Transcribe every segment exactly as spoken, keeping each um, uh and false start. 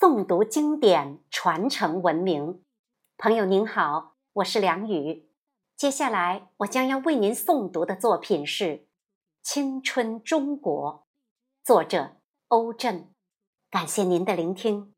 诵读经典，传承文明。朋友您好，我是梁宇。接下来我将要为您诵读的作品是《青春中国》，作者欧震。感谢您的聆听。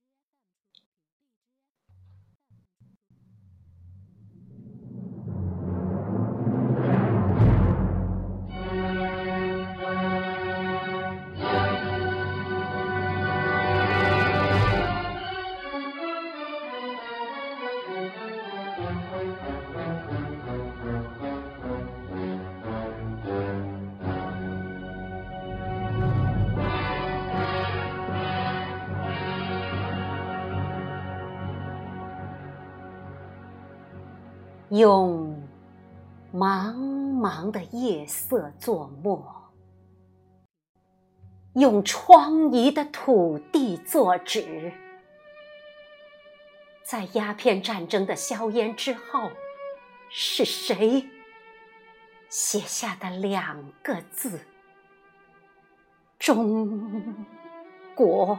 用茫茫的夜色作墨，用疮痍的土地作纸。在鸦片战争的硝烟之后，是谁写下的两个字：中国？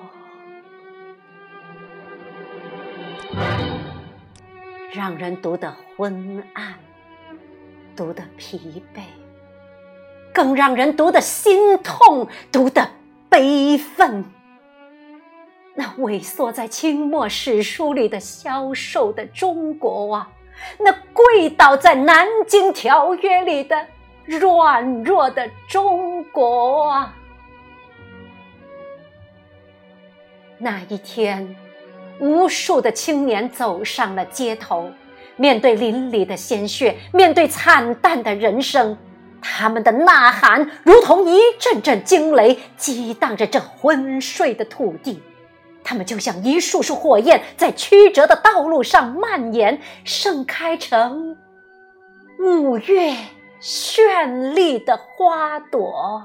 让人读得昏暗，读得疲惫，更让人读得心痛，读得悲愤。那萎缩在清末史书里的消瘦的中国啊，那跪倒在南京条约里的软弱的中国啊。那一天，无数的青年走上了街头，面对淋漓的鲜血，面对惨淡的人生，他们的呐喊如同一阵阵惊雷，激荡着这昏睡的土地。他们就像一束束火焰，在曲折的道路上蔓延，盛开成五月绚丽的花朵。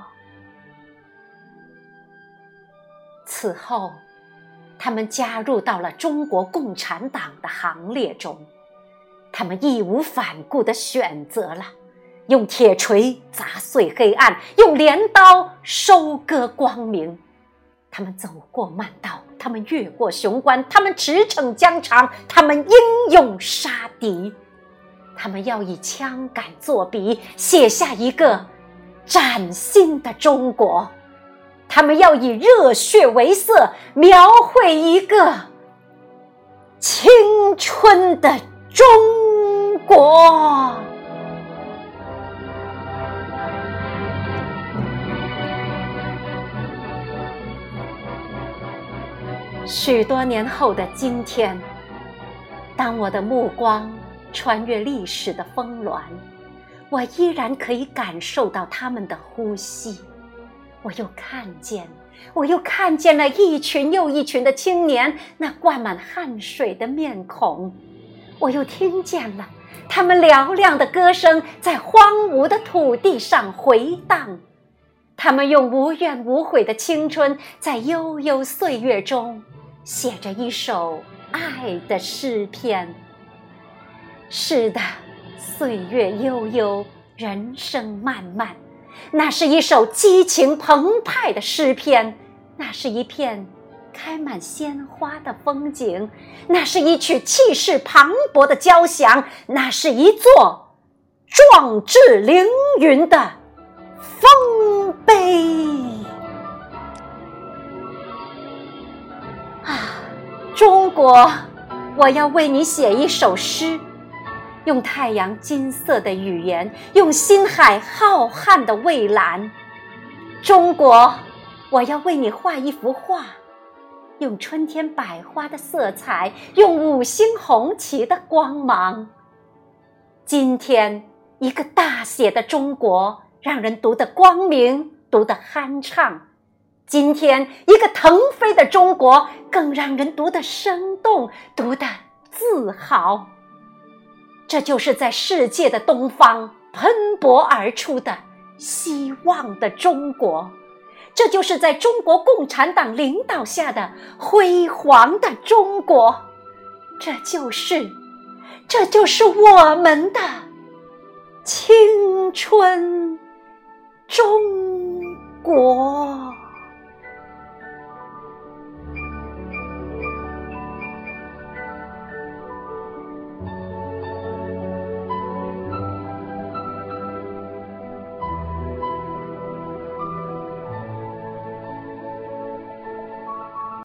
此后，他们加入到了中国共产党的行列中，他们义无反顾地选择了用铁锤砸碎黑暗，用镰刀收割光明。他们走过慢道，他们越过雄关，他们驰骋疆场，他们英勇杀敌。他们要以枪杆作笔，写下一个崭新的中国。他们要以热血为色，描绘一个青春的中国。许多年后的今天，当我的目光穿越历史的峰峦，我依然可以感受到他们的呼吸。我又看见，我又看见了一群又一群的青年，那灌满汗水的面孔。我又听见了他们嘹亮的歌声在荒芜的土地上回荡。他们用无怨无悔的青春，在悠悠岁月中写着一首爱的诗篇。是的，岁月悠悠，人生漫漫，那是一首激情澎湃的诗篇，那是一片开满鲜花的风景，那是一曲气势磅礴的交响，那是一座壮志凌云的丰碑。啊，中国，我要为你写一首诗，用太阳金色的语言，用星海浩瀚的蔚蓝。中国，我要为你画一幅画，用春天百花的色彩，用五星红旗的光芒。今天，一个大写的中国，让人读得光明，读得酣畅。今天，一个腾飞的中国，更让人读得生动，读得自豪。这就是在世界的东方喷薄而出的希望的中国，这就是在中国共产党领导下的辉煌的中国，这就是这就是我们的青春中国。